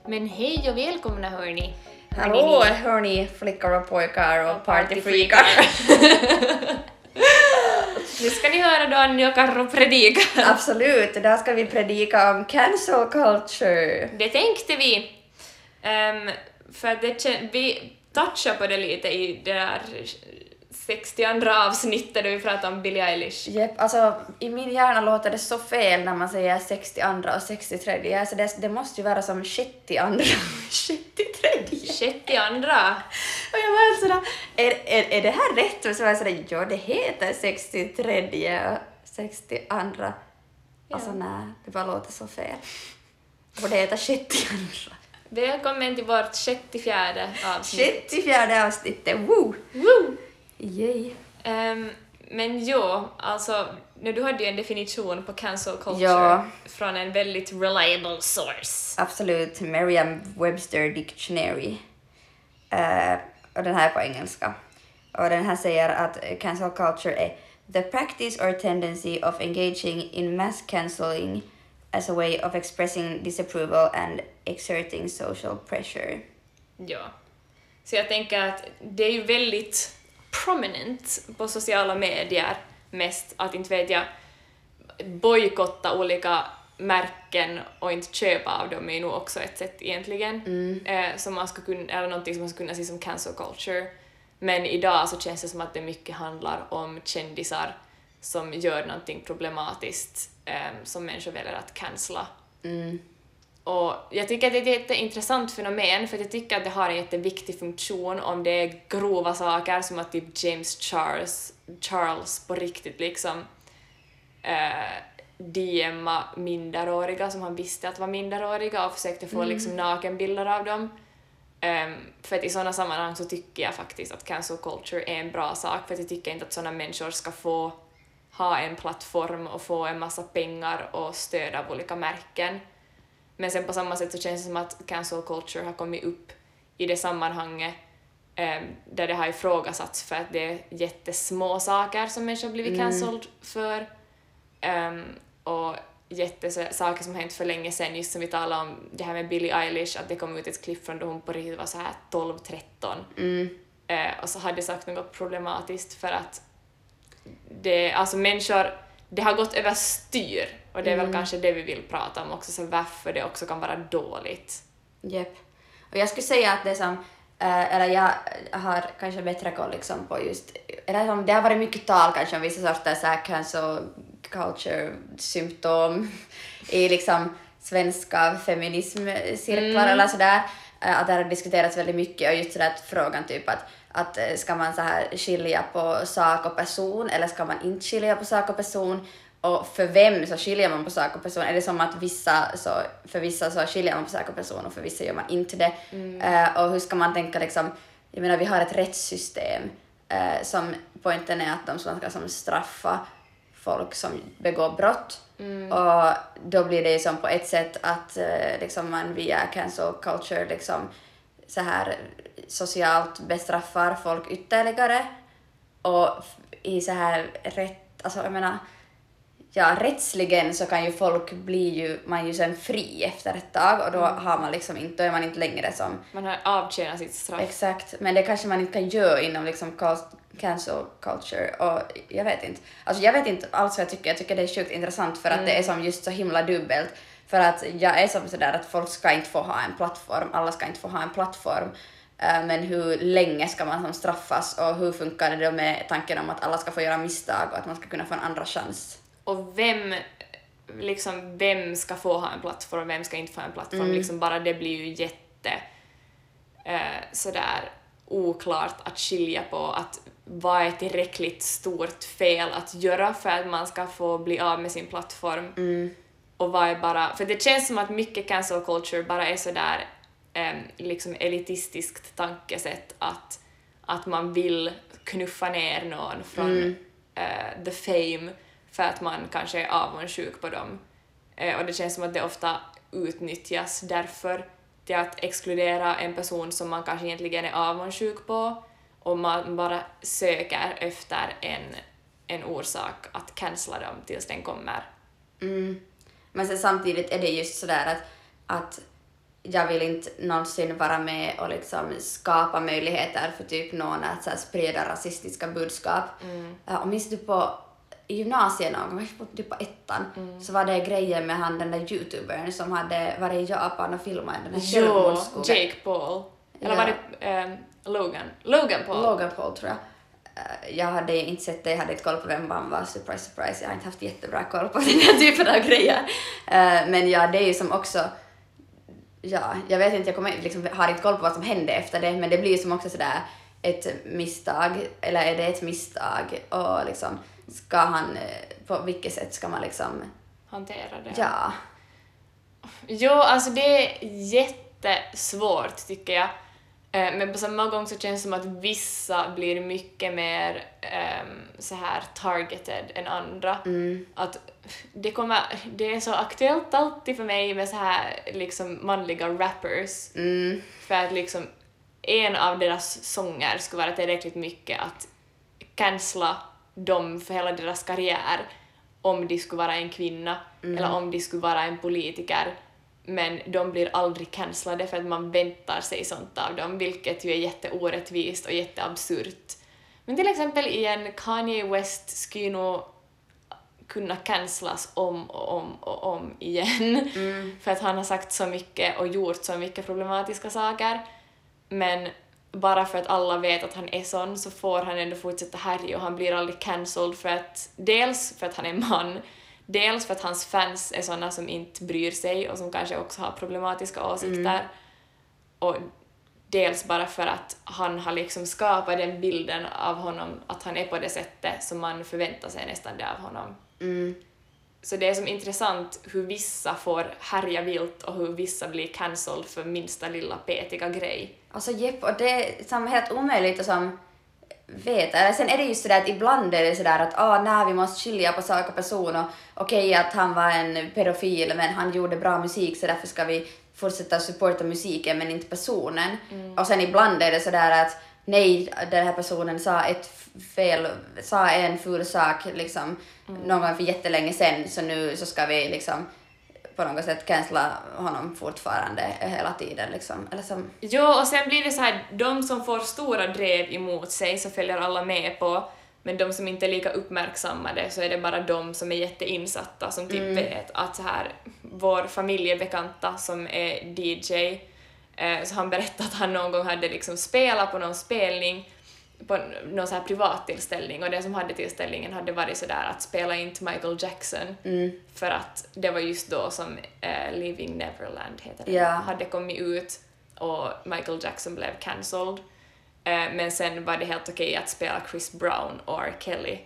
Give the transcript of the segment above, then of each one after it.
Men hej och välkomna hörni! Hallå hörni, flickor och pojkar och partyfreakar! Nu ska ni höra då Annie och Karro predika. Absolut, idag ska vi predika om cancel culture. Det tänkte vi. För att vi touchade på det lite i det där 62 avsnittet då vi pratade om Billie Eilish. Jep, alltså i min hjärna låter det så fel när man säger 62 och 63. Alltså det måste ju vara som 62. 63. 62. Och jag var sådär, är det här rätt? Och så var jag sådär, ja det heter 63 och 62. Alltså nej, det bara låter så fel. Och det heter 62. Välkommen till vårt 64 avsnitt. 64 avsnittet, woo! Woo! Yay. Men jo, alltså, du hade ju en definition på cancel culture från en väldigt reliable source. Absolut, Merriam-Webster Dictionary. Och den här är på engelska. Och den här säger att cancel culture är the practice or tendency of engaging in mass cancelling as a way of expressing disapproval and exerting social pressure. Ja. Så jag tänker att det är ju väldigt prominent på sociala medier mest, att inte vet jag, bojkotta olika märken och inte köpa av dem är nog också ett sätt egentligen som man ska kunna, eller någonting som man ska kunna se som cancel culture. Men idag så känns det som att det mycket handlar om kändisar som gör någonting problematiskt som människor väljer att cancella. Och jag tycker att det är ett jätteintressant fenomen, för att jag tycker att det har en jätteviktig funktion om det är grova saker som att typ James Charles på riktigt liksom DMa minderåriga som han visste att var minderåriga och försökte få liksom nakenbilder av dem. För att i sådana sammanhang så tycker jag faktiskt att cancel culture är en bra sak, för att jag tycker inte att sådana människor ska få ha en plattform och få en massa pengar och stöd av olika märken. Men sen på samma sätt så känns det som att cancel culture har kommit upp i det sammanhanget där det har ifrågasatts för att det är jättesmå saker som människor blivit cancelled för och jättesaker som har hänt för länge sedan, just som vi talade om det här med Billie Eilish, att det kom ut ett klipp från då hon på riktigt var så här 12-13 och så hade sagt något problematiskt för att det, alltså människor, det har gått över styr och det är väl kanske det vi vill prata om också, så varför det också kan vara dåligt. Japp. Och jag skulle säga att det som, eller jag har kanske bättre koll liksom på just, eller som, det har varit mycket tal kanske om vissa sorters så här cancel culture-symptom i liksom svenska feminismcirklar eller sådär, att det har diskuterats väldigt mycket, och just sådär att frågan typ att ska man så här skilja på sak och person eller ska man inte skilja på sak och person, och för vem så skiljer man på sak och person? Är det som att för vissa så skiljer man på sak och person och för vissa gör man inte det? Och hur ska man tänka liksom, jag menar vi har ett rättssystem som poängen är att de ska som straffa folk som begår brott, och då blir det ju som på ett sätt att liksom man via cancel culture liksom så här socialt bestraffar folk ytterligare, och i så här alltså jag menar, ja, rättsligen så kan ju folk man ju sen fri efter ett tag, och då har man liksom inte, då är man inte längre som man har avtjänat sitt straff. Exakt, men det kanske man inte kan göra inom liksom cancel culture, och jag vet inte alls vad jag tycker det är sjukt intressant, för att det är som just så himla dubbelt, för att jag är som sådär att folk ska inte få ha en plattform, alla ska inte få ha en plattform, men hur länge ska man som straffas, och hur funkar det då med tanken om att alla ska få göra misstag och att man ska kunna få en andra chans? Och vem ska få ha en plattform och vem ska inte få en plattform? Liksom bara det blir ju jätte sådär oklart att skilja på att vad är tillräckligt stort fel att göra för att man ska få bli av med sin plattform. Och vad är bara, för det känns som att mycket cancel culture bara är sådär liksom elitistiskt tankesätt att man vill knuffa ner någon från the fame för att man kanske är avundsjuk på dem. Och det känns som att det ofta utnyttjas därför till att exkludera en person som man kanske egentligen är avundsjuk på, och man bara söker efter en orsak att cancella dem tills den kommer. Men sen samtidigt är det just sådär att jag vill inte någonsin vara med och liksom skapa möjligheter för typ någon att så här, sprida rasistiska budskap. Och minns du på i gymnasiet någon gång, typ på ettan, så var det grejen med han den där youtubern som hade varit i Japan och filmat den där självmordsskogen. Jake Paul. Eller var det Logan? Logan Paul. Logan Paul tror jag. Jag hade inte sett det, jag hade inte koll på vem han var, surprise surprise, jag har inte haft jättebra koll på den här typen av grejer. Men ja, det är ju som också, ja, jag vet inte, jag liksom, har inte koll på vad som hände efter det, men det blir ju som också sådär ett misstag, eller är det ett misstag, och liksom ska han, på vilket sätt ska man liksom hantera det? Ja. Jo, alltså det är jättesvårt tycker jag. Men på samma gång så känns det som att vissa blir mycket mer så här targeted än andra. Att det är så aktuellt alltid för mig med så här liksom manliga rappers. För att liksom en av deras sånger skulle vara tillräckligt mycket att cancella dem för hela deras karriär om de skulle vara en kvinna eller om de skulle vara en politiker. Men de blir aldrig cancellade för att man väntar sig sånt av dem, vilket ju är jätteorättvist och jätteabsurt. Men till exempel igen, Kanye West skulle nog kunna cancellas om och om igen. För att han har sagt så mycket och gjort så mycket problematiska saker. Men bara för att alla vet att han är sån så får han ändå fortsätta härja och han blir aldrig cancelled för att, dels för att han är man, dels för att hans fans är såna som inte bryr sig och som kanske också har problematiska åsikter. Och dels bara för att han har liksom skapat den bilden av honom att han är på det sättet som man förväntar sig nästan det av honom. Så det är som intressant hur vissa får härja vilt och hur vissa blir cancelled för minsta lilla petiga grej. Alltså jepp, och det är som helt omöjligt att som veta. Sen är det ju sådär att ibland är det sådär att nej, vi måste skilja på sak och person, och okej att han var en pedofil men han gjorde bra musik så därför ska vi fortsätta supporta musiken men inte personen. Och sen ibland är det sådär att nej, den här personen sa en ful sak liksom någon gång för jättelänge sen, så nu så ska vi liksom på något sätt cancella honom fortfarande hela tiden liksom. Eller som... Jo, och sen blir det så här, de som får stora drev emot sig så följer alla med på, men de som inte är lika uppmärksammade så är det bara de som är jätteinsatta som typ vet att så här, vår familjebekanta som är DJ, så han berättade att han någon gång hade liksom spelat på någon spelning på någon så här privat tillställning, och det som hade tillställningen hade varit sådär att spela in till Michael Jackson för att det var just då som Living Neverland heter det, hade kommit ut och Michael Jackson blev cancelled. Men sen var det helt okej att spela Chris Brown och R. Kelly.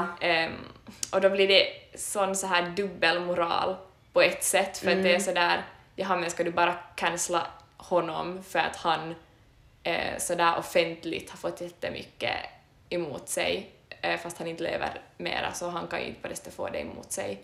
Och då blir det sån så här dubbelmoral på ett sätt, för att det är sådär, men ska du bara cancella honom för att han sådär offentligt har fått jättemycket emot sig, fast han inte lever mera, så han kan ju inte på det sättet få det emot sig.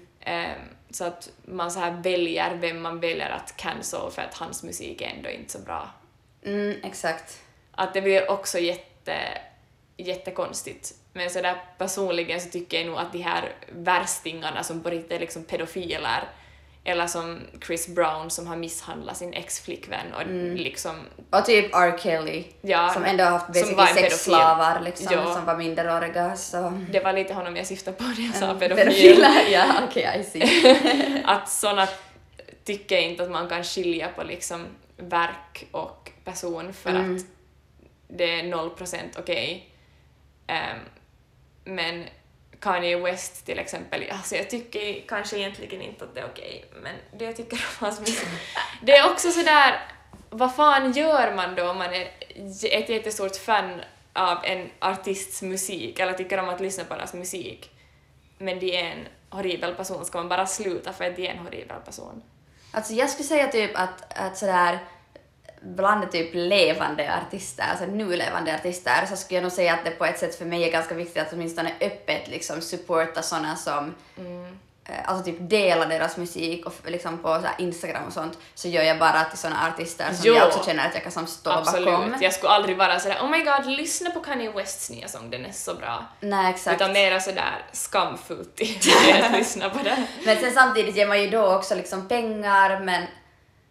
Så att man så här väljer vem man väljer att cancel för att hans musik är ändå inte så bra. Exakt. Att det blir också jättekonstigt. Men så där personligen så tycker jag nog att de här värstingarna som på riktigt är liksom pedofiler, eller som Chris Brown som har misshandlat sin ex-flickvän och liksom... Och typ R. Kelly, som ändå har haft basically sexslavar liksom, som var minderåriga. Så. Det var lite honom jag syftade på när jag sa pedofil. Pedofiler, ja, okej, I see. Att såna tycker jag inte att man kan skilja på liksom verk och person för att det är 0% okej. Men Kanye West till exempel, alltså jag tycker kanske egentligen inte att det är okej, men det jag tycker om hans musik. Det är också sådär, vad fan gör man då om man är ett jättestort fan av en artists musik eller tycker om att lyssna på deras musik, men det är en horribel person, ska man bara sluta för att det är en horribel person? Alltså jag skulle säga typ att sådär bland typ levande artister, alltså nu-levande artister, så skulle jag nog säga att det på ett sätt för mig är ganska viktigt att åtminstone öppet liksom supporta sådana som alltså typ dela deras musik och liksom på så här Instagram och sånt, så gör jag bara till såna artister som jag också känner att jag kan som stå bakom. Jag skulle aldrig vara sådär, oh my god, lyssna på Kanye Wests nya sång, den är så bra. Nej, exakt. Utan mer sådär skamfullt att lyssna på det. Men sen samtidigt ger man ju då också liksom pengar, men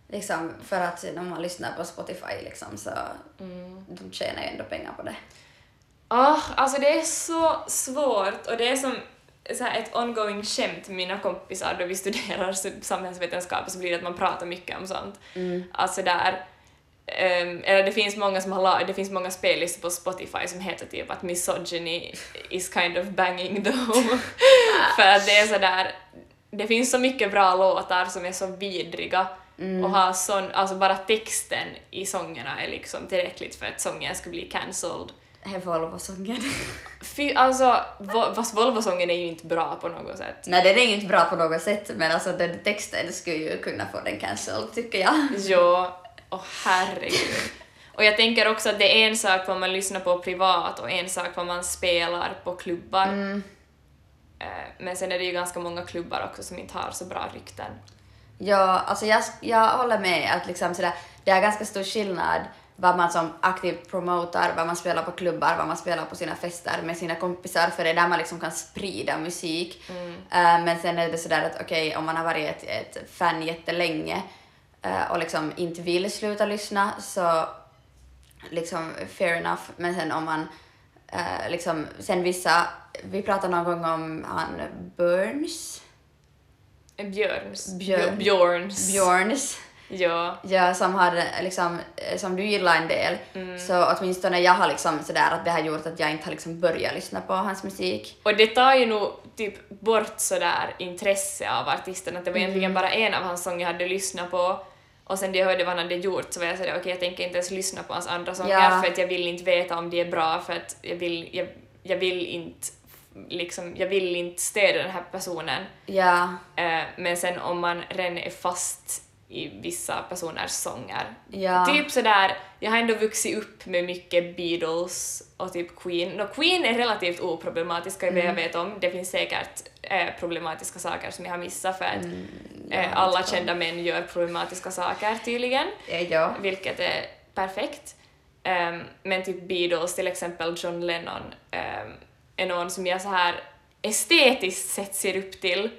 Liksom, för att om man lyssnar på Spotify liksom, så de tjänar ju ändå pengar på det. Alltså det är så svårt och det är som så här ett ongoing skämt med mina kompisar då vi studerar samhällsvetenskap, så blir det att man pratar mycket om sånt. Alltså där eller det finns många det finns många spellistor på Spotify som heter typ att misogyny is kind of banging though. För att det är så där, det finns så mycket bra låtar som är så vidriga och har sån, alltså bara texten i sångerna är liksom tillräckligt för att sången ska bli cancelled. Det är Volvo-sången. Alltså, fast Volvo-sången är ju inte bra på något sätt. Nej, den är ju inte bra på något sätt, men alltså den texten skulle ju kunna få den cancelled, tycker jag. Jo, herregud. Och jag tänker också att det är en sak vad man lyssnar på privat och en sak vad man spelar på klubbar. Men sen är det ju ganska många klubbar också som inte har så bra rykten. Ja, alltså jag håller med att liksom sådär, det är ganska stor skillnad vad man som aktivt promotar, vad man spelar på klubbar, vad man spelar på sina fester med sina kompisar, för det är där man liksom kan sprida musik. Men sen är det sådär att okej, om man har varit ett fan jättelänge och liksom inte vill sluta lyssna, så liksom fair enough. Men sen om man liksom, sen vissa, vi pratade någon gång om han Björns. Ja, som hade liksom, som du gillar en del, så åtminstone jag har liksom sådär att det har gjort att jag inte har liksom börjat lyssna på hans musik. Och det tar ju nog typ bort sådär intresse av artisten, att det var egentligen bara en av hans sånger jag hade lyssnat på, och sen det jag hörde vad han hade gjort så var jag sådär okej, jag tänker inte ens lyssna på hans andra sånger för att jag vill inte veta om de är bra, för att jag vill inte stödja den här personen. Ja. Men sen om man redan är fast i vissa personers sånger. Ja. Typ sådär, jag har ändå vuxit upp med mycket Beatles och typ Queen. Queen är relativt oproblematiska i vad jag vet om. Det finns säkert problematiska saker som jag har missat för att alla kända män gör problematiska saker tydligen. Ja. Vilket är perfekt. Men typ Beatles, till exempel John Lennon, är någon som jag så här estetiskt sett ser upp till.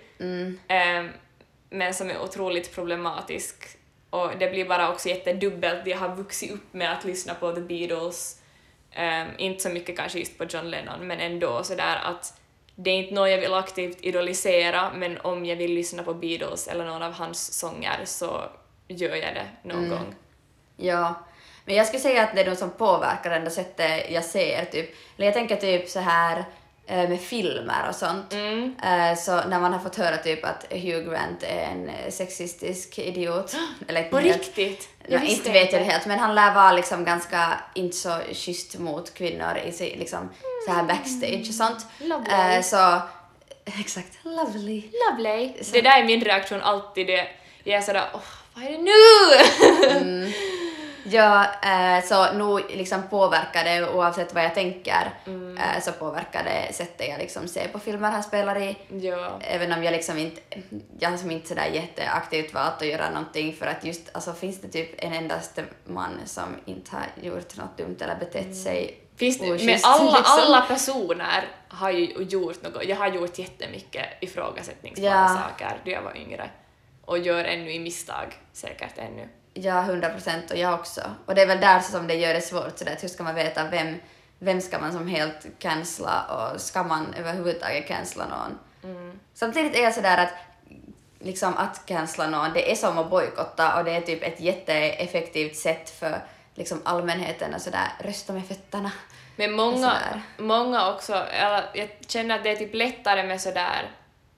Men som är otroligt problematisk. Och det blir bara också jättedubbelt. Jag har vuxit upp med att lyssna på The Beatles. Inte så mycket kanske just på John Lennon, men ändå sådär att det är inte något jag vill aktivt idolisera, men om jag vill lyssna på Beatles eller någon av hans sånger så gör jag det någon gång. Ja, men jag skulle säga att det är något som påverkar ändå sättet jag ser, typ. Eller jag tänker typ så här med filmer och sånt. Så när man har fått höra typ att Hugh Grant är en sexistisk idiot. Eller på riktigt? Inte vet jag det helt, men han lär vara liksom ganska inte så schysst mot kvinnor i sig, liksom så här backstage och sånt. Så exakt, lovely. Så. Det där är min reaktion alltid. Jag är sådär, vad är det nu? Ja, så nog liksom påverkar det, oavsett vad jag tänker, så påverkar det sättet jag liksom ser på filmer han spelar i. Ja. Även om jag liksom inte, jag som inte sådär jätteaktivt valt att göra någonting, för att just, alltså finns det typ en endaste man som inte har gjort något dumt eller betett sig oschysst, men alla personer har ju gjort något. Jag har gjort jättemycket ifrågasättningsbara saker då jag var yngre. Och gör ännu i misstag, säkert ännu. Ja, 100%, och jag också. Och det är väl där som det gör det svårt, så hur ska man veta vem ska man som helt cancella, och ska man överhuvudtaget cancella någon? Samtidigt är jag sådär att liksom att cancella någon, det är som att bojkotta, och det är typ ett jätteeffektivt sätt för liksom allmänheten att sådär rösta med fötterna. Men många också, jag känner att det är typ lättare med sådär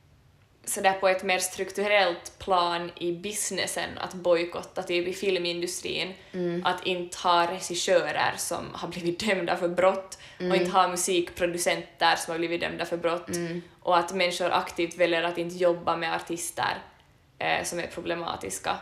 på ett mer strukturellt plan i businessen att bojkotta, typ i filmindustrin, att inte ha regissörer som har blivit dömda för brott och inte ha musikproducenter som har blivit dömda för brott, och att människor aktivt väljer att inte jobba med artister som är problematiska.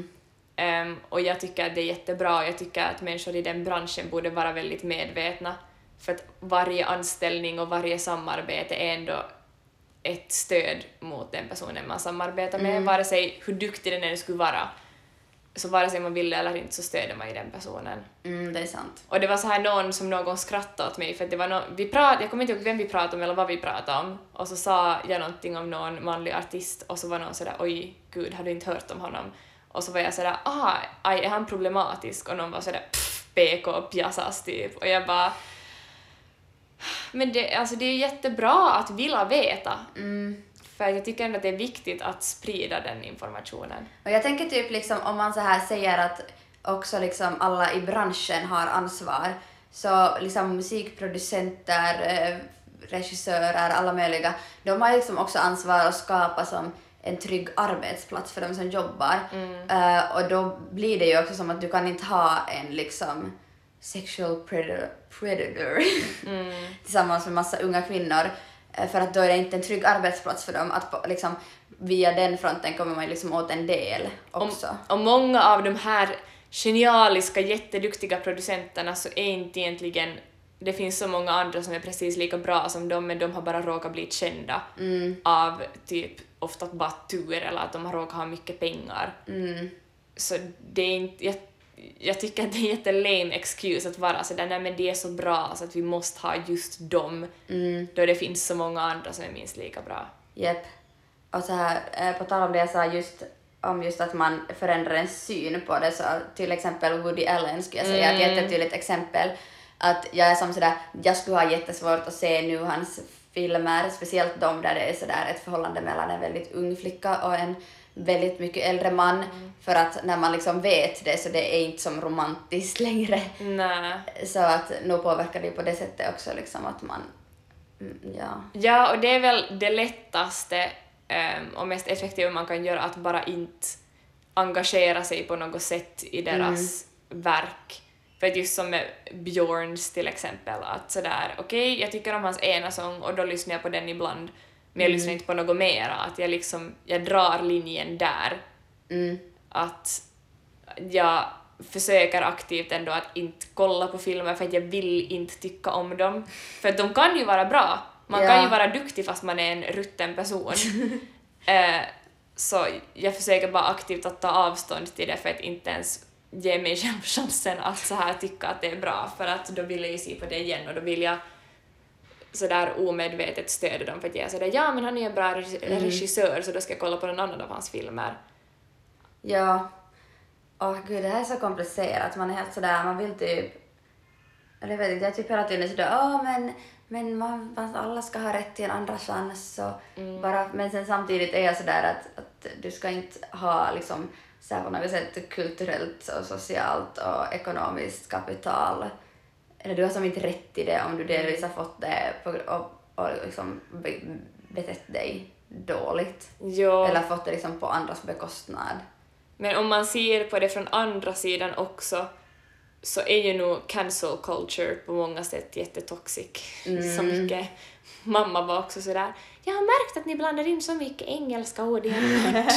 Och jag tycker att det är jättebra. Jag tycker att människor i den branschen borde vara väldigt medvetna, för att varje anställning och varje samarbete är ändå ett stöd mot den personen man samarbetar med, vare sig hur duktig den än skulle vara. Så vare sig man vill eller inte så stöder man i den personen. Det är sant. Och det var så här någon gång skrattade åt mig, för att det var jag kommer inte ihåg vem vi pratade om eller vad vi pratade om, och så sa jag någonting om någon manlig artist, och så var någon sådär, oj gud, har du inte hört om honom? Och så var jag sådär, aj, är han problematisk? Och någon var sådär, PK, pjassas typ. Och jag bara, men det är ju jättebra att vilja veta. För jag tycker ändå att det är viktigt att sprida den informationen. Och jag tänker typ liksom om man så här säger att också liksom alla i branschen har ansvar, så liksom musikproducenter, regissörer, alla möjliga, de har liksom också ansvar att skapa som en trygg arbetsplats för de som jobbar. Och då blir det ju också som att du kan inte ha en liksom sexual predator tillsammans med massa unga kvinnor, för att då är det inte en trygg arbetsplats för dem. Att liksom via den fronten kommer man liksom åt en del också. Och många av de här genialiska, jätteduktiga producenterna så är inte egentligen, det finns så många andra som är precis lika bra som dem, men de har bara råkat bli kända av typ ofta bara tur eller att de har råkat ha mycket pengar. Så det är inte, jag tycker att det är en jättelame excuse att vara sådär, nej men det är så bra så att vi måste ha just dem, då det finns så många andra som är minst lika bra. Japp. Och så här, på tal om det jag sa just att man förändrar en syn på det, så till exempel Woody Allen skulle jag säga, ett jättetydligt exempel, att jag är som sådär, jag skulle ha jättesvårt att se nu hans filmer, speciellt de där det är sådär ett förhållande mellan en väldigt ung flicka och en väldigt mycket äldre man, för att när man liksom vet det så det är inte som romantiskt längre. Nej. Så att nog påverkar det på det sättet också liksom att man, Ja, och det är väl det lättaste och mest effektiva man kan göra, att bara inte engagera sig på något sätt i deras verk. För att just som med Björns till exempel, att sådär, okej, jag tycker om hans ena sång och då lyssnar jag på den ibland, men jag lyssnar inte på något mera, att jag drar linjen där. Att jag försöker aktivt ändå att inte kolla på filmer för att jag vill inte tycka om dem. För att de kan ju vara bra. Man kan ju vara duktig fast man är en rutten person. Så jag försöker bara aktivt att ta avstånd till det för att inte ens ge mig själv chansen att så här tycka att det är bra. För att då vill jag ju se på det igen och då vill jag sådär omedvetet stödja dem för att jag är sådär, ja men han är en bra regissör så då ska jag kolla på någon annan av hans filmer. Ja. Gud, det här är så komplicerat. Man är helt sådär, man vill typ, eller jag vet inte, jag typ hela tiden sådär, men alla ska ha rätt till en andra chans. Så bara, men sen samtidigt är jag sådär att du ska inte ha liksom så här på något sätt kulturellt och socialt och ekonomiskt kapital. Eller du har som inte rätt i det om du delvis har fått det och liksom betett dig dåligt. Jo. Eller fått det liksom på andras bekostnad. Men om man ser på det från andra sidan också så är ju nog cancel culture på många sätt jättetoxic. Så mycket. Mamma var också sådär, jag har märkt att ni blandar in så mycket engelska ord i en ord.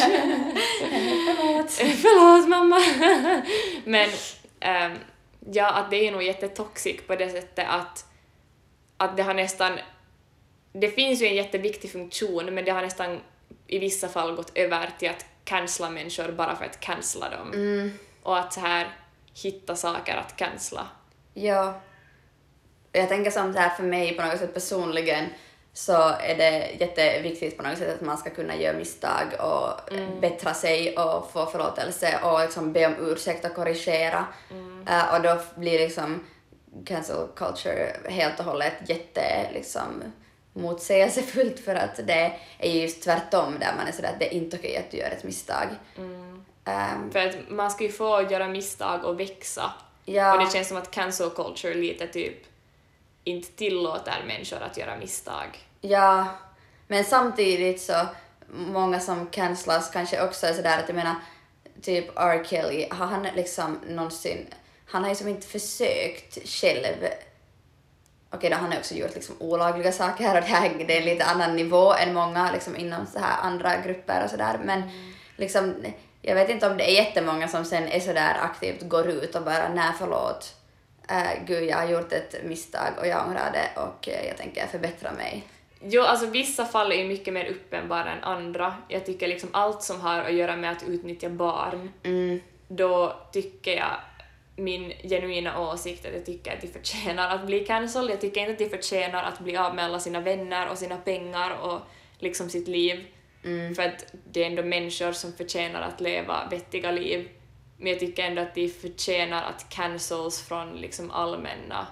Förlåt mamma. Men att det är nog jättetoxic på det sättet att det har nästan, det finns ju en jätteviktig funktion men det har nästan i vissa fall gått över till att cancella människor bara för att cancella dem. Och att så här hitta saker att cancella. Ja. Jag tänker som så här för mig på något sätt personligen så är det jätteviktigt på något sätt att man ska kunna göra misstag och bättra sig och få förlåtelse och liksom be om ursäkt och korrigera. Och då blir liksom cancel culture helt och hållet liksom motsägelsefullt, för att det är just tvärtom där man är sådär att det är inte okej att du gör ett misstag. För att man ska ju få göra misstag och växa. Ja. Och det känns som att cancel culture lite typ inte tillåter människor att göra misstag. Ja, men samtidigt så många som cancelas kanske också är sådär att jag menar typ R. Kelly, har han liksom någonsin, han har ju som inte försökt själv. Okej, då han har också gjort liksom olagliga saker och det är en lite annan nivå än många liksom inom så här andra grupper och sådär, men liksom jag vet inte om det är jättemånga som sen är sådär aktivt går ut och bara nej förlåt, gud jag har gjort ett misstag och jag ångrar det och jag tänker förbättra mig. Jo, alltså vissa fall är ju mycket mer uppenbara än andra. Jag tycker liksom allt som har att göra med att utnyttja barn, då tycker jag min genuina åsikt att jag tycker att de förtjänar att bli cancelled. Jag tycker inte att de förtjänar att bli av med alla sina vänner och sina pengar och liksom sitt liv. För att det är ändå människor som förtjänar att leva vettiga liv. Men jag tycker ändå att de förtjänar att cancels från liksom allmänna...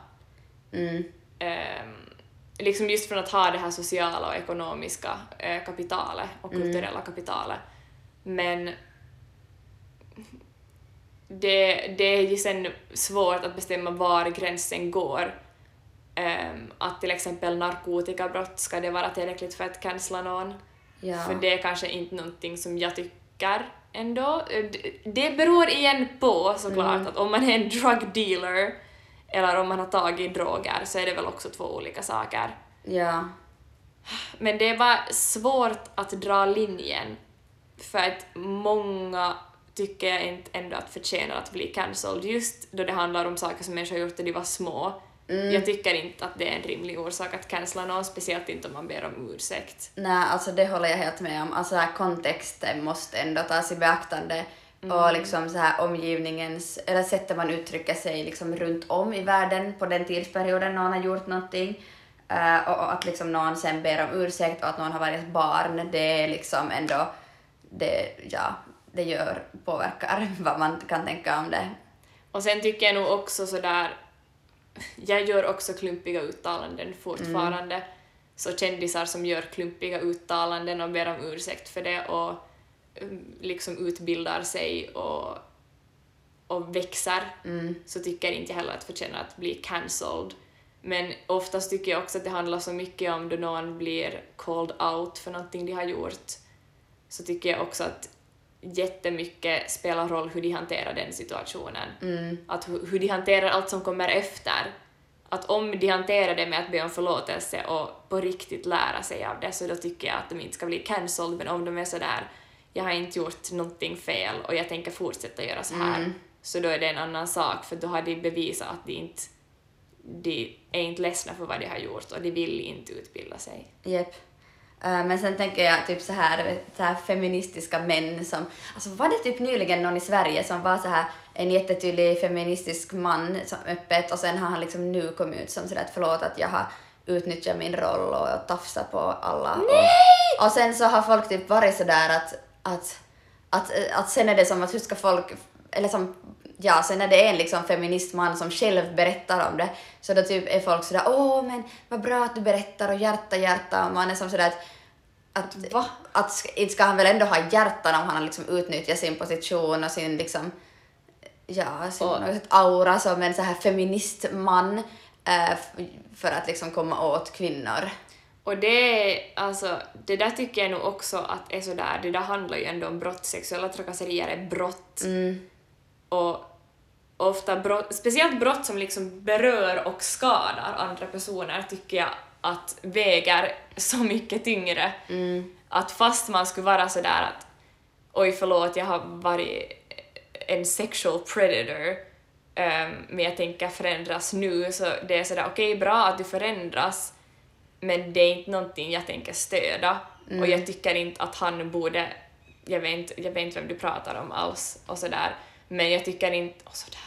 liksom just från att ha det här sociala och ekonomiska kapitalet och kulturella kapitalet. Men det är ju sen svårt att bestämma var gränsen går. Att till exempel narkotikabrott, ska det vara tillräckligt för att cancella någon? Ja. För det är kanske inte någonting som jag tycker ändå. Det beror igen på såklart att om man är en drug dealer eller om man har tagit droger så är det väl också två olika saker. Ja. Men det var svårt att dra linjen för att många tycker jag inte ändå att förtjänar att bli cancelled just då det handlar om saker som människor har gjort när de var små. Jag tycker inte att det är en rimlig orsak att cancella någon, speciellt inte om man ber om ursäkt. Nej, alltså det håller jag helt med om. Alltså här, kontexten måste ändå tas i beaktande och liksom så här omgivningens, eller sättet man uttrycker sig liksom runt om i världen på den tidsperioden någon har gjort någonting. Och att liksom någon sen ber om ursäkt och att någon har varit ett barn, det är liksom ändå, det påverkar vad man kan tänka om det. Och sen tycker jag nog också sådär, jag gör också klumpiga uttalanden fortfarande. Så kändisar som gör klumpiga uttalanden och ber om ursäkt för det och liksom utbildar sig och växer, så tycker inte jag heller att förtjänar att bli cancelled. Men oftast tycker jag också att det handlar så mycket om då någon blir called out för någonting de har gjort. Så tycker jag också att jättemycket spelar roll hur de hanterar den situationen. Att hur de hanterar allt som kommer efter. Att om de hanterar det med att be om förlåtelse och på riktigt lära sig av det, så då tycker jag att de inte ska bli cancelled. Men om de är sådär, jag har inte gjort någonting fel och jag tänker fortsätta göra så här, så då är det en annan sak, för då har de bevisat att de är inte ledsna för vad de har gjort och de vill inte utbilda sig. Yep. Men sen tänker jag typ så här feministiska män som, alltså var det typ nyligen någon i Sverige som var så här en jättetydlig feministisk man som öppet, och sen har han liksom nu kommit ut som sådär att förlåt att jag har utnyttjat min roll och tafsat på alla. Och sen så har folk typ varit sådär att sen är det som att hur ska folk, eller som, ja, sen när det är en liksom feministman som själv berättar om det, så då typ är folk sådär, åh men vad bra att du berättar och hjärta, och man är som sådär att inte ska han väl ändå ha hjärtan om han har liksom utnyttjat sin position och sin liksom, ja, sin aura som en så här feministman för att liksom komma åt kvinnor. Och det, alltså, det där tycker jag nog också att är sådär, det där handlar ju ändå om brott, sexuella trakasserier är brott. Och ofta brott, speciellt brott som liksom berör och skadar andra personer, tycker jag att väger så mycket tyngre. Att fast man skulle vara sådär att oj förlåt, jag har varit en sexual predator, men jag tänker förändras nu, så det är sådär okej, bra att du förändras, men det är inte någonting jag tänker stöda. Och jag tycker inte att han borde, jag vet inte vem du pratar om alls och sådär, men jag tycker inte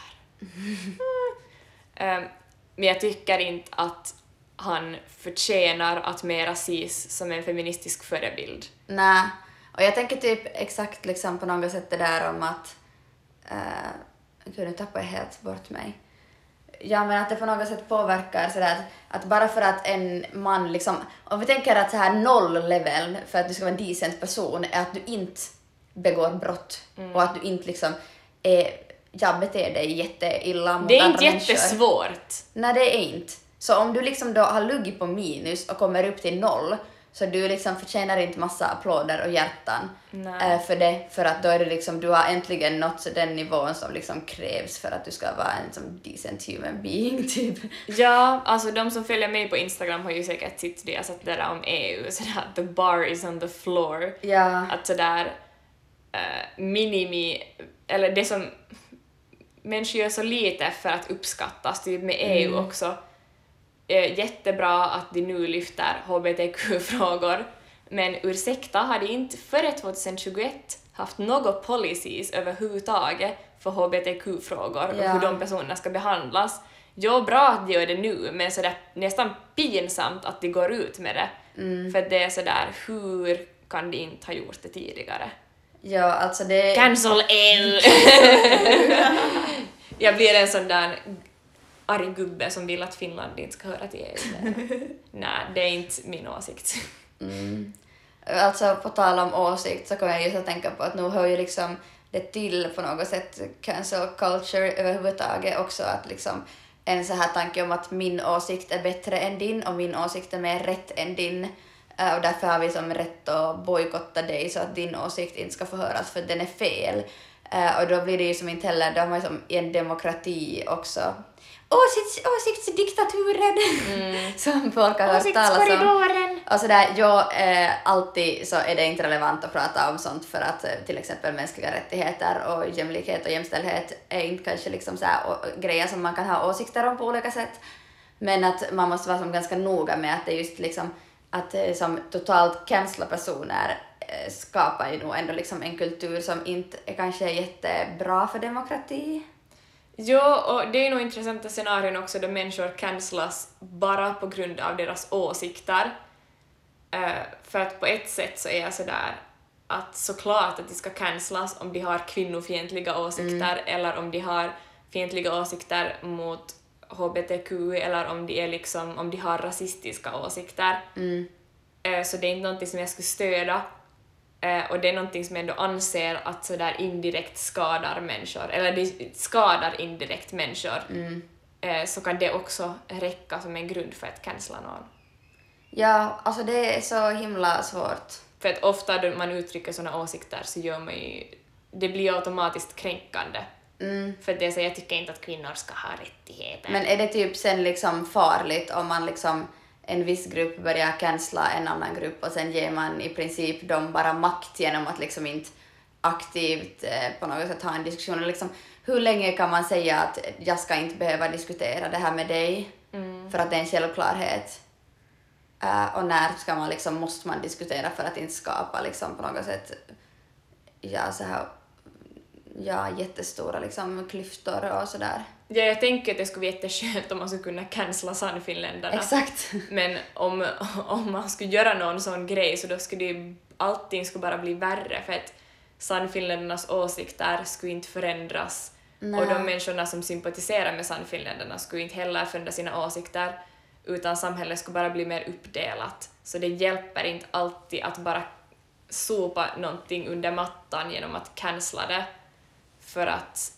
men jag tycker inte att han förtjänar att mera ses som en feministisk förebild. Nej, och jag tänker typ exakt liksom på något sätt det där om att nu tappar jag helt bort mig. Ja, men att det på något sätt påverkar sådär att bara för att en man liksom, om vi tänker att så här 0 level för att du ska vara en decent person är att du inte begår brott och att du inte liksom beter dig jätteilla mot andra människor. Det är inte jättesvårt. Nej, det är inte. Så om du liksom då har luggit på minus och kommer upp till 0, så du liksom förtjänar inte massa applåder och hjärtan för det, för att då är det liksom, du har äntligen nått den nivån som liksom krävs för att du ska vara en som decent human being typ. Ja, alltså de som följer mig på Instagram har ju säkert sett det, jag satt där om EU, sådär the bar is on the floor. Ja. Att sådär eller det som människor gör så lite för att uppskattas, typ med EU också. Jättebra att de nu lyfter HBTQ-frågor, men ursäkta, har de inte före 2021 haft några policies överhuvudtaget för HBTQ-frågor och hur de personerna ska behandlas? Ja, bra att de gör det nu, men sådär nästan pinsamt att de går ut med det. För det är sådär, hur kan de inte ha gjort det tidigare. Ja, alltså det... Cancel L! Jag blir en sån där arg gubbe som vill att Finland inte ska höra till EU. Nej, det är inte min åsikt. Alltså på tal om åsikt så kommer jag just att tänka på att nu hör ju liksom det till på något sätt cancel culture överhuvudtaget också, att liksom en så här tanke om att min åsikt är bättre än din och min åsikt är mer rätt än din, och därför har vi som rätt att bojkotta dig så att din åsikt inte ska få höras för den är fel. Och då blir det ju som inte heller, då har man ju som i en demokrati också åsiktsdiktaturen som folk har hört talas om. Och sådär, alltid så är det inte relevant att prata om sånt för att till exempel mänskliga rättigheter och jämlikhet och jämställdhet är inte kanske liksom så här grejer som man kan ha åsikter om på olika sätt. Men att man måste vara som ganska noga med att det just liksom att som totalt cancella personer skapar ju nog ändå liksom en kultur som inte är kanske jättebra för demokrati. Ja, och det är nog intressanta scenarion också där människor cancelas bara på grund av deras åsikter. För att på ett sätt så är jag sådär att såklart att de ska cancelas om de har kvinnofientliga åsikter eller om de har fientliga åsikter mot HBTQ eller om de är liksom, om de har rasistiska åsikter. Så det är inte någonting som jag skulle stödja. Och det är någonting som jag ändå anser att sådär indirekt skadar människor, eller det skadar indirekt människor, så kan det också räcka som en grund för att cancella någon. Ja, alltså det är så himla svårt. För att ofta då man uttrycker sådana åsikter så gör man ju, det blir automatiskt kränkande. För att det är så, jag tycker inte att kvinnor ska ha rättigheter. Men är det typ sen liksom farligt om man liksom en viss grupp börjar cancella en annan grupp och sen ger man i princip dem bara makt genom att liksom inte aktivt på något sätt ha en diskussion? Liksom, hur länge kan man säga att jag ska inte behöva diskutera det här med dig för att det är en självklarhet? Och när ska man liksom, måste man diskutera för att inte skapa liksom på något sätt så här, jättestora liksom klyftor och sådär? Ja, jag tänker att det skulle vara jätteskönt om man skulle kunna cancella Sannfinländarna. Exakt. Men om man skulle göra någon sån grej så då skulle det, allting skulle bara bli värre för att Sannfinländarnas åsikter skulle inte förändras. Nej. Och de människorna som sympatiserar med Sannfinländarna skulle inte heller förändra sina åsikter, utan samhället skulle bara bli mer uppdelat. Så det hjälper inte alltid att bara sopa någonting under mattan genom att cancella det, för att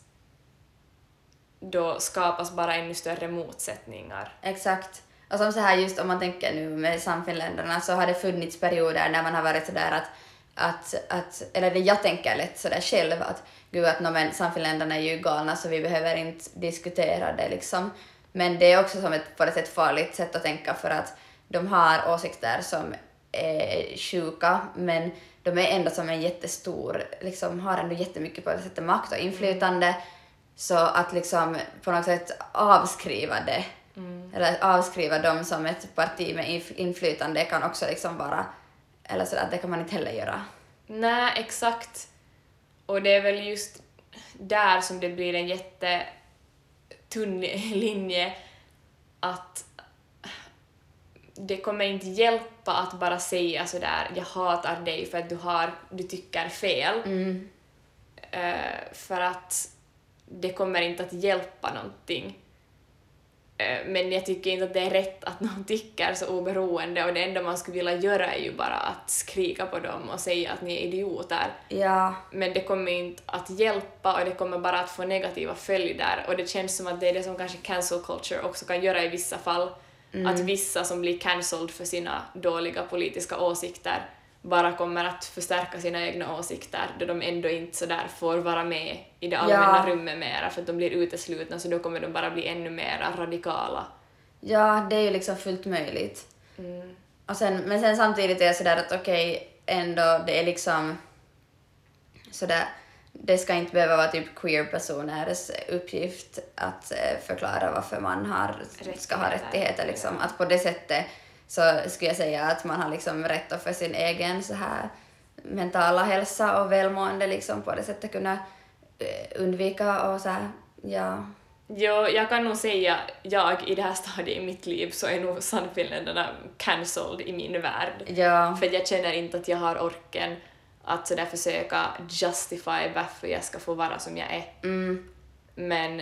då skapas bara ännu större motsättningar. Exakt. Och som så här just om man tänker nu med Sannfinländarna så har det funnits perioder när man har varit sådär att eller det jag tänker lätt sådär själv att gud att men Sannfinländarna är ju galna så vi behöver inte diskutera det liksom. Men det är också som ett på ett sätt farligt sätt att tänka, för att de har åsikter som är sjuka, men de är ändå som en jättestor, liksom har ändå jättemycket på det sättet makt och inflytande. Så att liksom på något sätt avskriva det, eller avskriva dem som ett parti med inflytande kan också liksom vara, eller så att det kan man inte heller göra. Nej, exakt. Och det är väl just där som det blir en jättetunn linje, att det kommer inte hjälpa att bara säga sådär, jag hatar dig för att du tycker fel. För att det kommer inte att hjälpa någonting. Men jag tycker inte att det är rätt att någon tycker så oberoende, och det enda man skulle vilja göra är ju bara att skrika på dem och säga att ni är idioter. Ja. Men det kommer inte att hjälpa och det kommer bara att få negativa följder, och det känns som att det är det som kanske cancel culture också kan göra i vissa fall. Att vissa som blir cancelled för sina dåliga politiska åsikter bara kommer att förstärka sina egna åsikter då de ändå inte så där får vara med i det allmänna rummet mera, för att de blir uteslutna, så då kommer de bara bli ännu mer radikala. Ja, det är ju liksom fullt möjligt. Och men sen samtidigt är det sådär att okej, ändå det är liksom sådär, det ska inte behöva vara typ queer-personers uppgift att förklara varför man ska ha rättigheter liksom. Att på det sättet så skulle jag säga att man har liksom rätt för sin egen så här mentala hälsa och välmående liksom på det sättet kunna undvika och så här, ja. Jo, jag kan nog säga, jag i det här stadiet i mitt liv så är nog Sannfinländarna cancelled i min värld. Ja. För jag känner inte att jag har orken att sådär försöka justify varför jag ska få vara som jag är. Men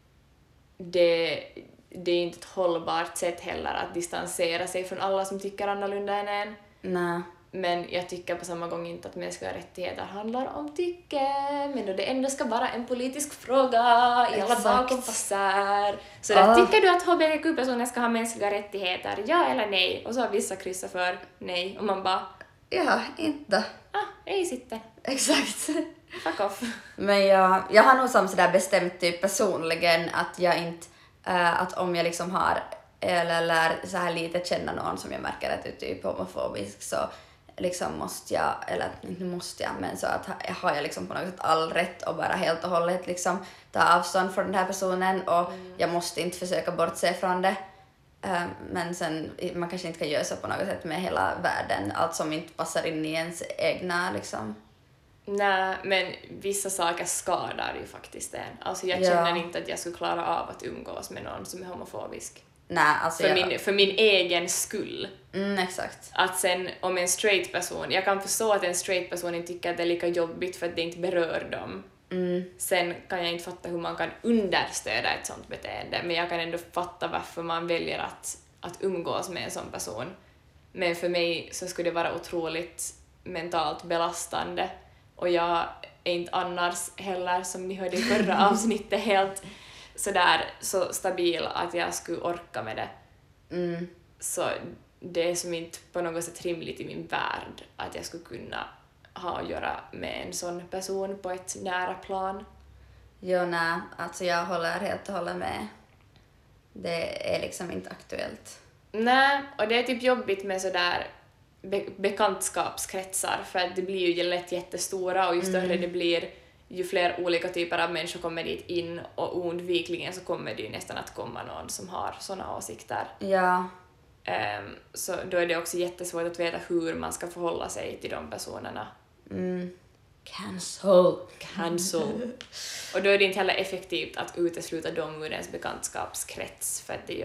det är inte ett hållbart sätt heller att distansera sig från alla som tycker annorlunda än en. Nej. Men jag tycker på samma gång inte att mänskliga rättigheter handlar om tycke, men då det ändå ska vara en politisk fråga i alla valkompasser. Så där tycker du att hbtq-personer ska ha mänskliga rättigheter, ja eller nej? Och så har vissa kryssat för nej, och man bara... Ja, inte. Ej sitter. Exakt. Fuck off. Men jag har nog som sådär bestämt typ personligen att jag inte, att om jag liksom har eller lär så här lite känna någon som jag märker att är typ homofobisk så liksom måste jag, eller inte måste jag, men så att har jag liksom på något sätt all rätt och bara helt och hållet liksom ta avstånd från den här personen och jag måste inte försöka bortse från det. Men sen, man kanske inte kan göra så på något sätt med hela världen, allt som inte passar in i ens egna liksom. Nej, men vissa saker skadar ju faktiskt en. Alltså jag känner inte att jag skulle klara av att umgås med någon som är homofobisk. Nej, alltså för min egen skull. Exakt. Att sen om en straight person, jag kan förstå att en straight person inte tycker att det är lika jobbigt för att det inte berör dem. Sen kan jag inte fatta hur man kan understöda ett sånt beteende, men jag kan ändå fatta varför man väljer att umgås med en sån person. Men för mig så skulle det vara otroligt mentalt belastande, och jag är inte annars heller, som ni hörde i förra avsnittet, helt så stabil att jag skulle orka med det. Så det är som inte på något sätt rimligt i min värld att jag skulle kunna ha att göra med en sån person på ett nära plan. Jo, nej, alltså jag håller helt och hållet med. Det är liksom inte aktuellt. Nej, och det är typ jobbigt med sådär bekantskapskretsar, för att det blir ju lätt jättestora, och ju större det blir, ju fler olika typer av människor kommer dit in, och oundvikligen så kommer det ju nästan att komma någon som har såna åsikter. Ja. Så då är det också jättesvårt att veta hur man ska förhålla sig till de personerna. Cancel. Och då är det inte heller effektivt att utesluta dem ur ens bekantskapskrets, för att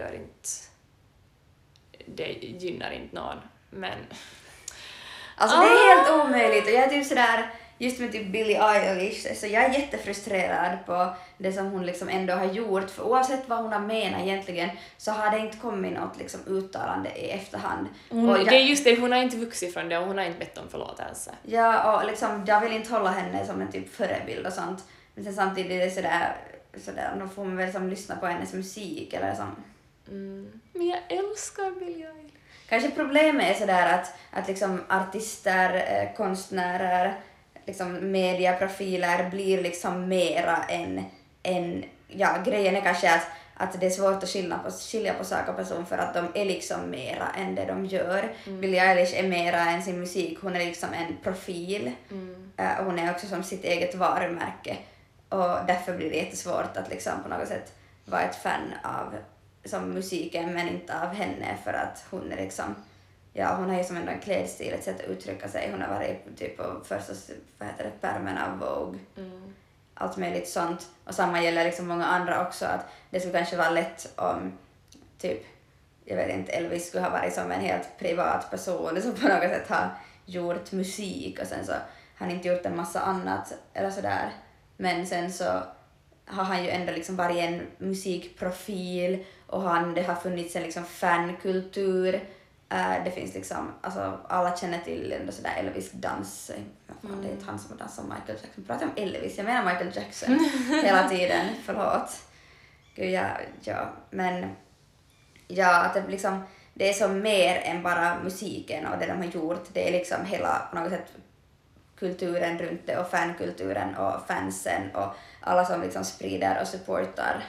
det gynnar inte någon. Men... Alltså det är helt omöjligt, och jag är typ sådär, just med typ Billie Eilish, så jag är jättefrustrerad på det som hon liksom ändå har gjort, för oavsett vad hon har menat egentligen så har det inte kommit något liksom uttalande i efterhand. Det är just det, hon har inte vuxit från det, och hon har inte bett om förlåtelse. Ja, och liksom, jag vill inte hålla henne som en typ förebild och sånt, men sen samtidigt är det sådär, då får man väl som lyssna på hennes musik eller sånt. Men jag älskar Billie Eilish. Kanske problemet är sådär att liksom artister, konstnärer, liksom mediaprofiler blir liksom mera än grejen är kanske att det är svårt att skilja på sak och person, för att de är liksom mera än det de gör. Billie Eilish är mera än sin musik, hon är liksom en profil. Hon är också som sitt eget varumärke, och därför blir det jättesvårt att liksom på något sätt vara ett fan av som musiken, men inte av henne, för att hon är liksom, hon har ju som en klädstil, ett sätt att uttrycka sig. Hon har varit typ på första, pärmen av Vogue. Allt möjligt sånt. Och samma gäller liksom många andra också, att det skulle kanske vara lätt om typ, jag vet inte, Elvis skulle ha varit som en helt privat person som på något sätt har gjort musik, och sen så har han inte gjort en massa annat eller sådär. Men sen så har han ju ändå liksom varit en musikprofil, och det har funnits en liksom fankultur. Det finns liksom, alltså alla känner till ändå sådär Elvis dans. Det är inte han som dansar Michael Jackson. Pratar om Elvis, jag menar Michael Jackson hela tiden, förlåt. Gud, men att det liksom, det är så mer än bara musiken och det de har gjort. Det är liksom hela på något sätt kulturen runt det, och fankulturen och fansen och alla som liksom sprider och supportar.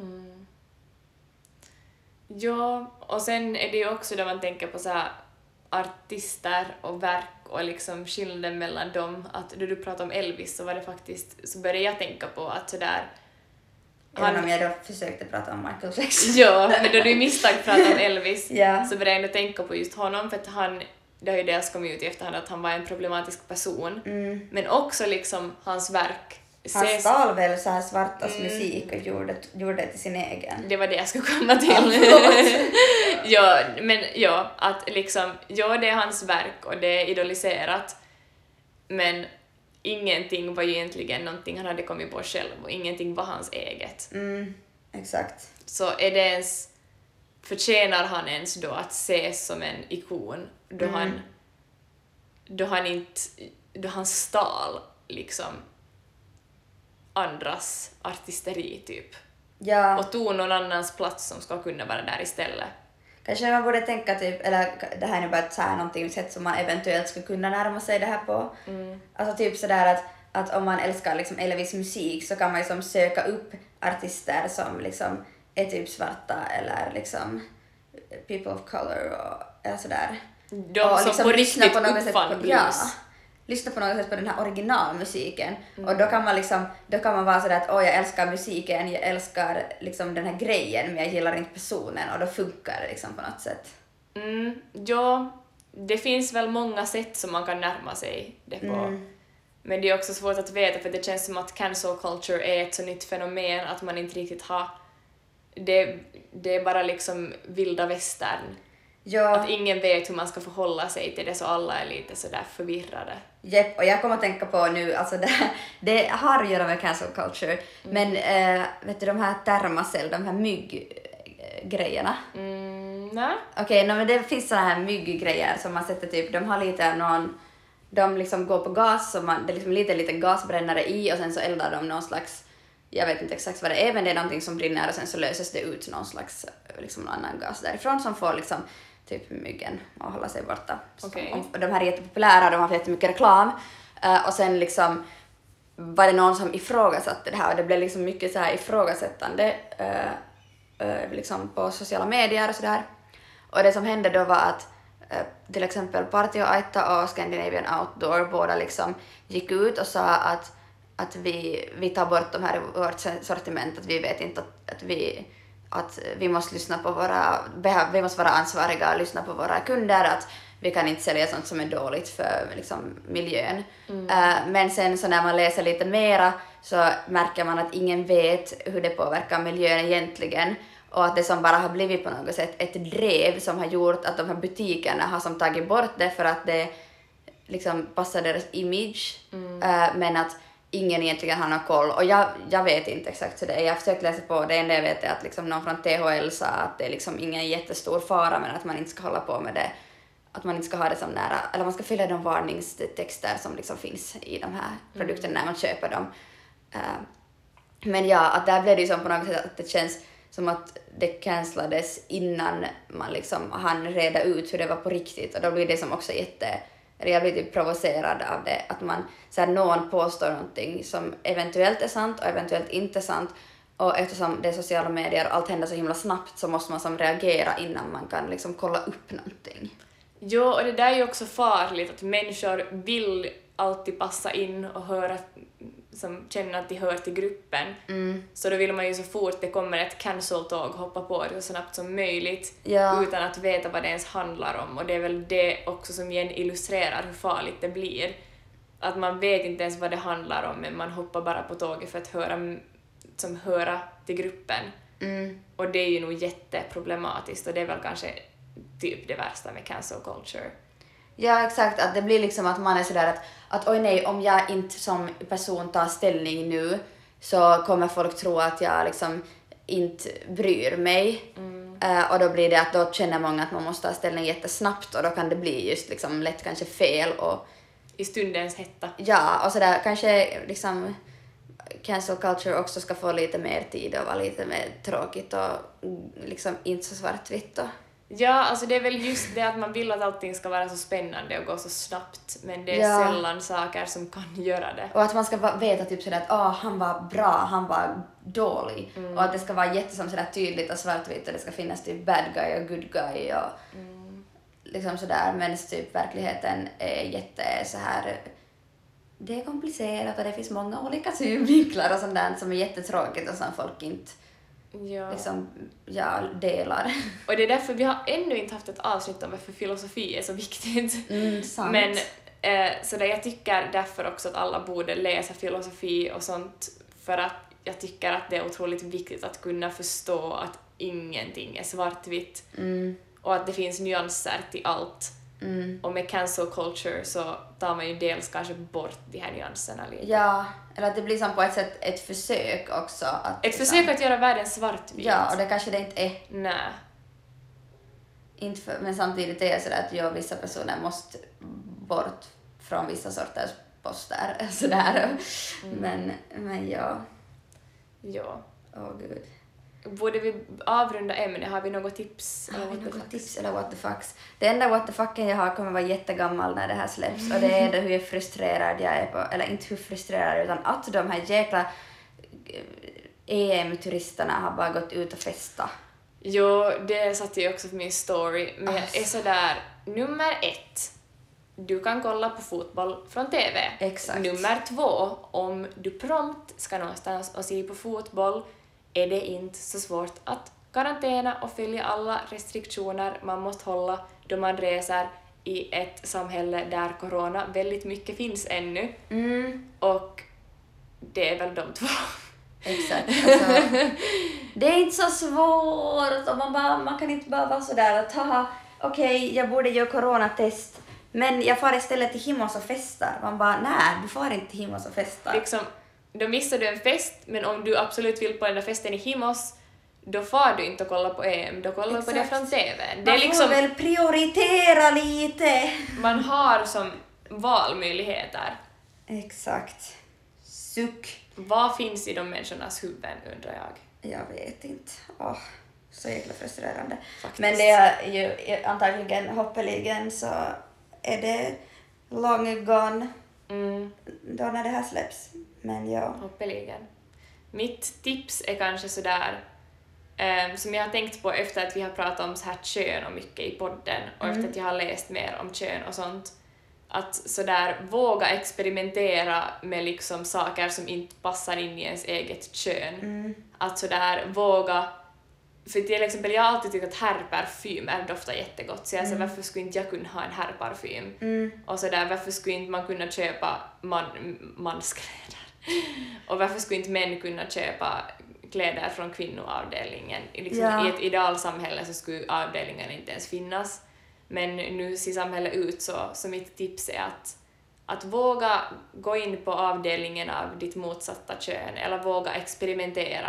Ja, och sen är det ju också då man tänker på så här artister och verk och liksom skillnaden mellan dem, att då du pratade om Elvis så var det faktiskt, så började jag tänka på att sådär även om jag då försökte prata om Michael Jackson. Ja, men då du misstag pratade om Elvis så började jag ändå tänka på just honom, för att det har ju dels kommit ut i efterhand att han var en problematisk person, men också liksom hans verk Han stal väl så här svartas musik och gjorde det till sin egen. Det var det jag skulle komma till. Ja, men ja, att liksom, ja, det är hans verk och det är idoliserat, men ingenting var ju egentligen någonting han hade kommit på själv och ingenting var hans eget. Exakt. Så är det ens, förtjänar han ens då att ses som en ikon då han stal liksom andras artisteri typ. Ja. Och tog någon annans plats som ska kunna vara där istället. Kanske man borde tänka typ, eller det här är bara så här någonting sätt som man eventuellt skulle kunna närma sig det här på. Alltså typ sådär att om man älskar liksom Elvis musik så kan man liksom söka upp artister som liksom är typ svarta eller liksom people of color och eller sådär. De och som liksom på lyssna riktigt på något sätt uppfann på, blues. Lyssna på något sätt på den här originalmusiken. Och då kan man liksom, då kan man vara sådär att jag älskar musiken, jag älskar liksom den här grejen men jag gillar inte personen och då funkar det liksom på något sätt. Ja, det finns väl många sätt som man kan närma sig det på. Men det är också svårt att veta för det känns som att cancel culture är ett så nytt fenomen att man inte riktigt har... Det är bara liksom vilda västern. Ja. Att ingen vet hur man ska förhålla sig till det så alla är lite sådär förvirrade. Japp, och jag kommer att tänka på nu, alltså det har att göra med cancel culture, men vet du de här Thermacell, de här mygggrejerna? Nej. Okej, men det finns såna här mygggrejer som man sätter typ, de har lite någon, de liksom går på gas, så det är liksom lite gasbrännare i och sen så eldar de någon slags, jag vet inte exakt vad det är, men det är någonting som brinner och sen så löses det ut någon slags liksom annan gas därifrån som får liksom typ myggen och hålla sig borta. Okay. De här är jättepopulära, de har fått jättemycket reklam och sen liksom var det någon som ifrågasatte det här och det blev liksom mycket så här ifrågasättande liksom på sociala medier och sådär. Och det som hände då var att till exempel Partio Aitta och Scandinavian Outdoor båda liksom gick ut och sa att vi tar bort de här i vårt sortiment, att vi vet inte att vi måste lyssna på vi måste vara ansvariga och lyssna på våra kunder, att vi kan inte sälja sånt som är dåligt för liksom, miljön. Men sen så när man läser lite mera så märker man att ingen vet hur det påverkar miljön egentligen och att det som bara har blivit på något sätt ett drev som har gjort att de här butikerna har som tagit bort det för att det liksom passar deras image, men att ingen egentligen har någon koll och jag vet inte exakt hur det är. Jag har försökt läsa på det, enda jag vet är att liksom någon från THL sa att det är liksom ingen jättestor fara men att man inte ska hålla på med det, att man inte ska ha det som nära, eller man ska fylla de varningstexter som liksom finns i de här produkterna när man köper dem. Men ja, att där blev det ju som på något sätt att det känns som att det cancellades innan man liksom hann reda ut hur det var på riktigt och då blir det som också jag blir typ provocerad av det, att man så här, någon påstår någonting som eventuellt är sant och eventuellt inte sant och eftersom det är sociala medier och allt händer så himla snabbt så måste man som reagera innan man kan liksom kolla upp någonting. Jo, och det där är ju också farligt att människor vill alltid passa in och höra, som känner att de hör till gruppen. Så då vill man ju så fort det kommer ett cancel-tåg hoppa på det så snabbt som möjligt utan att veta vad det ens handlar om. Och det är väl det också som igen illustrerar hur farligt det blir. Att man vet inte ens vad det handlar om men man hoppar bara på tåget för att höra till gruppen. Och det är ju nog jätteproblematiskt och det är väl kanske typ det värsta med cancel culture. Ja, exakt. Att det blir liksom att man är sådär att oj nej, om jag inte som person tar ställning nu så kommer folk tro att jag liksom inte bryr mig. Och då blir det att då känner många att man måste ta ställning jättesnabbt och då kan det bli just liksom lätt kanske fel och i stundens hetta. Ja, och sådär kanske liksom cancel culture också ska få lite mer tid och vara lite mer tråkigt och liksom inte så svartvitt och ja, alltså det är väl just det att man vill att allting ska vara så spännande och gå så snabbt, men det är sällan saker som kan göra det. Och att man ska veta typ sådär att han var bra, han var dålig. Och att det ska vara jättesom sådär tydligt och svartvitt och det ska finnas typ bad guy och good guy och liksom sådär, men typ verkligheten är jätte så här. Det är komplicerat och det finns många olika synvinklar och sånt där som är jättetråkigt och som folk inte liksom, delar. Och det är därför vi har ännu inte haft ett avsnitt om varför filosofi är så viktigt. Sant. Men så jag tycker därför också att alla borde läsa filosofi och sånt, för att jag tycker att det är otroligt viktigt att kunna förstå att ingenting är svartvitt och att det finns nyanser till allt. Och med cancel culture så tar man ju dels kanske bort de här nyanserna lite. Ja, eller att det blir som på ett sätt ett försök också. Att ett försök att göra världen svartvit. Ja, och det kanske det inte är. Nej. Inte men samtidigt är det sådär att vissa personer måste bort från vissa sorters poster. Sådär. Men ja. Ja. Gud. Borde vi avrunda ämnet? Har vi något tips? Har vi något tips eller what the fucks? Det enda what the fucken jag har kommer vara jättegammal när det här släpps. Och det är det hur frustrerad jag är på, eller inte hur frustrerad utan att de här jäkla EM-turisterna har bara gått ut och festa. Jo, det satt jag också på min story. Men jag är sådär, nummer 1. Du kan kolla på fotboll från TV. Exakt. Nummer 2. Om du prompt ska någonstans och se på fotboll är det inte så svårt att karantäna och följa alla restriktioner man måste hålla då man reser i ett samhälle där corona väldigt mycket finns ännu. Och det är väl de 2. Exakt. Alltså, det är inte så svårt och man kan inte bara vara sådär att okej, jag borde göra coronatest men jag far istället till Himmos och festar. Man bara, nej, du far inte till Himmos och festar. Liksom, då missar du en fest, men om du absolut vill på den där festen i Himmos, då far du inte och kollar på EM, då kollar du på det från TV. Det man är liksom, får väl prioritera lite. man har som valmöjligheter. Exakt. Suck. Vad finns i de människornas huvuden, undrar jag? Jag vet inte. Så jäkla frustrerande. Faktiskt. Men det är ju antagligen, hoppeligen så är det long gone då när det här släpps. Men ja. Hoppeligen. Mitt tips är kanske sådär, som jag har tänkt på efter att vi har pratat om så här kön och mycket i podden och efter att jag har läst mer om kön och sånt, att sådär våga experimentera med liksom saker som inte passar in i ens eget kön. Att sådär våga, för till exempel jag har alltid tyckt att herrparfymer doftar jättegott, så jag säger varför skulle inte jag kunna ha en herrparfym? Och sådär, varför skulle inte man kunna köpa manskläder? Och varför skulle inte män kunna köpa kläder från kvinnoavdelningen? Liksom, i ett idealsamhälle så skulle avdelningen inte ens finnas. Men nu ser samhället ut så mitt tips är att våga gå in på avdelningen av ditt motsatta kön eller våga experimentera.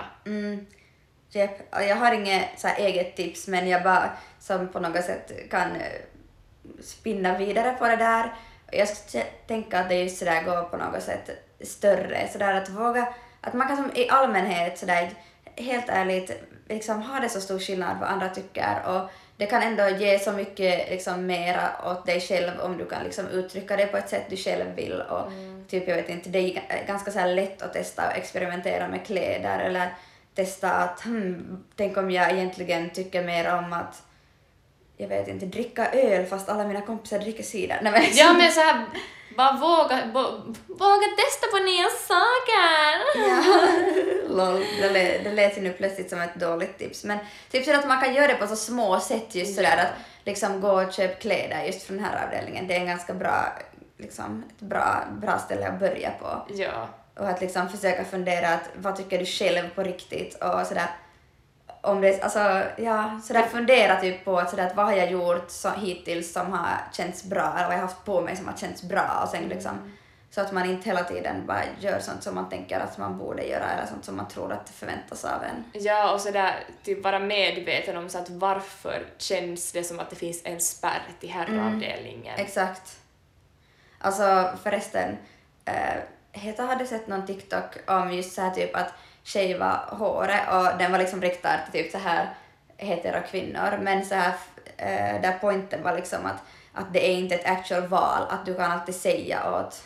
Jag har inget så här eget tips, men jag bara som på något sätt kan spinna vidare på det där. Jag skulle tänka att det just sådär går på något sätt större, sådär att våga, att man kan som i allmänhet sådär helt ärligt liksom ha det så stor skillnad vad andra tycker, och det kan ändå ge så mycket liksom mera åt dig själv om du kan liksom uttrycka det på ett sätt du själv vill, och typ jag vet inte, det är ganska så här lätt att testa och experimentera med kläder eller testa att tänk om jag egentligen tycker mer om att jag vet inte, dricka öl fast alla mina kompisar dricker cider. Nej, men liksom. Ja, men så här, bara våga testa på nya saker. Ja. Lol, det lät ju nu plötsligt som ett dåligt tips, men typ så att man kan göra det på så små sätt, just sådär att liksom gå och köpa kläder just från den här avdelningen. Det är en ganska bra, liksom ett bra ställe att börja på. Ja. Och att liksom försöka fundera att vad tycker du själv på riktigt, och sådär om det, alltså ja, sådär fundera typ på att sådär att vad har jag gjort hittills som har känts bra, eller vad jag har haft på mig som har känts bra, och sen liksom så att man inte hela tiden bara gör sånt som man tänker att man borde göra eller sånt som man tror att det förväntas av en. Ja, och sådär typ vara medveten om så att varför känns det som att det finns en spärr till herravdelningen. Exakt. Alltså förresten, Heta hade sett någon TikTok om just så här typ att shava håret, och den var liksom riktad till typ så här hetero kvinnor, men så här där pointen var liksom att det är inte ett actual val, att du kan alltid säga åt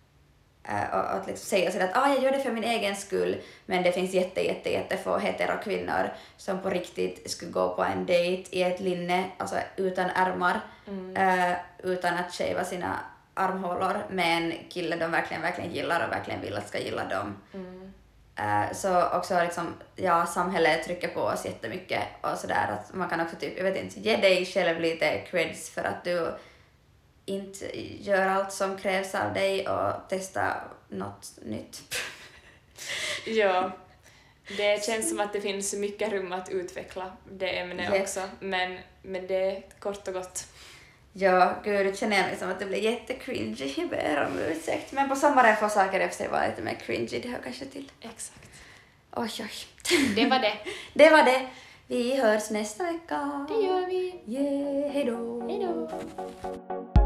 att liksom säga så att jag gör det för min egen skull, men det finns jättefå hetero kvinnor som på riktigt skulle gå på en dejt i ett linne, alltså utan ärmar, utan att shava sina armhålor med en kille de verkligen gillar och verkligen vill att ska gilla dem. Så också liksom, ja, samhället trycker på oss jättemycket och sådär, att man kan också typ, jag vet inte, ge dig själv lite creds för att du inte gör allt som krävs av dig och testa något nytt. Ja, det känns som att det finns mycket rum att utveckla det ämnet också, men det är kort och gott. Ja, gud, det känner jag liksom att det blir jättecringy, jag ber om ursäkt. Men på sommaren får saker efter sig vara lite mer cringy, det hör kanske till. Exakt. Oj. Det var det. Det var det. Vi hörs nästa vecka. Det gör vi. Yeah, hejdå. Hejdå.